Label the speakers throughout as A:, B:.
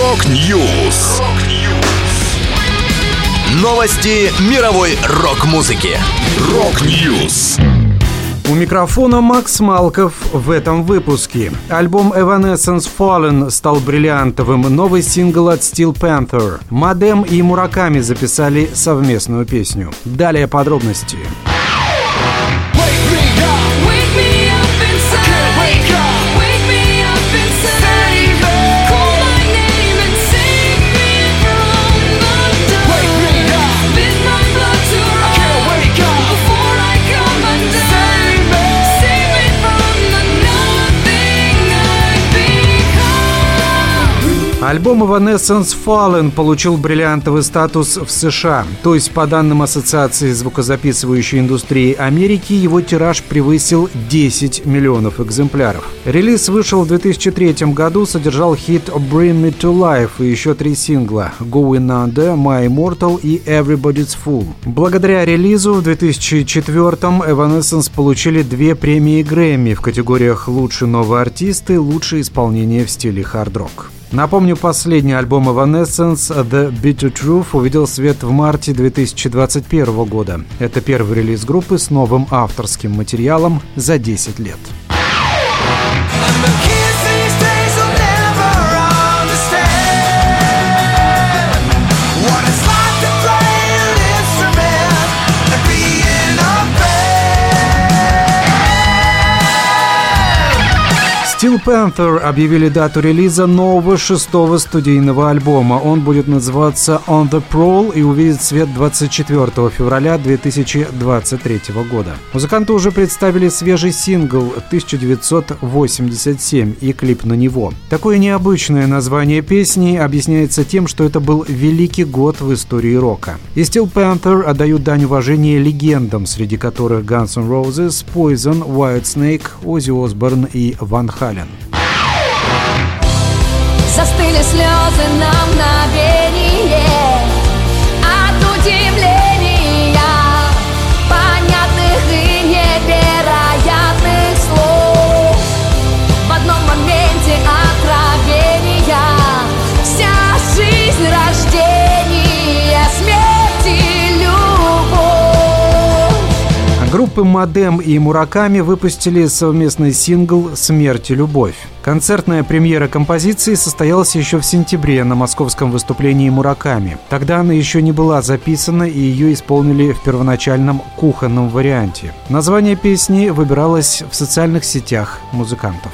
A: Рок-Ньюс. Новости мировой рок-музыки. Рок-Ньюс.
B: У микрофона Макс Малков в этом выпуске. Альбом Evanescence Fallen стал бриллиантовым. Новый сингл от Steel Panther. Мадем и Мураками записали совместную песню. Далее подробности. Альбом Evanescence Fallen получил бриллиантовый статус в США. То есть, по данным Ассоциации звукозаписывающей индустрии Америки, его тираж превысил 10 миллионов экземпляров. Релиз вышел в 2003 году, содержал хит Bring Me To Life и еще 3 сингла Going Under, My Immortal и Everybody's Fool. Благодаря релизу в 2004-м Evanescence получили 2 премии Грэмми в категориях «Лучший новый артист» и «Лучшее исполнение в стиле хард-рок». Напомню, последний альбом Evanescence The Bitter Truth увидел свет в марте 2021 года. Это первый релиз группы с новым авторским материалом за 10 лет. Steel Panther объявили дату релиза нового 6-го студийного альбома. Он будет называться On The Prowl и увидит свет 24 февраля 2023 года. Музыканты уже представили свежий сингл 1987 и клип на него. Такое необычное название песни объясняется тем, что это был великий год в истории рока. И Steel Panther отдают дань уважения легендам, среди которых Guns N' Roses, Poison, Whitesnake, Ozzy Osbourne и Van Halen.
C: Застыли слезы на мгновение от удивления, понятных и невероятных слов. В одном моменте откровения вся жизнь, рождение, смерть и любовь.
B: Группы Мадем и Мураками выпустили совместный сингл «Смерть и любовь». Концертная премьера композиции состоялась еще в сентябре на московском выступлении Мураками. Тогда она еще не была записана, и ее исполнили в первоначальном кухонном варианте. Название песни выбиралось в социальных сетях музыкантов.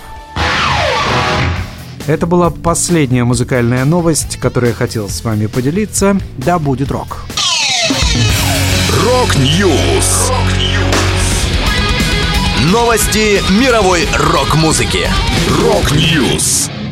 B: Это была последняя музыкальная новость, которую я хотел с вами поделиться. Да будет рок!
A: Рок-Ньюс. Новости мировой рок-музыки. Рок-Ньюс.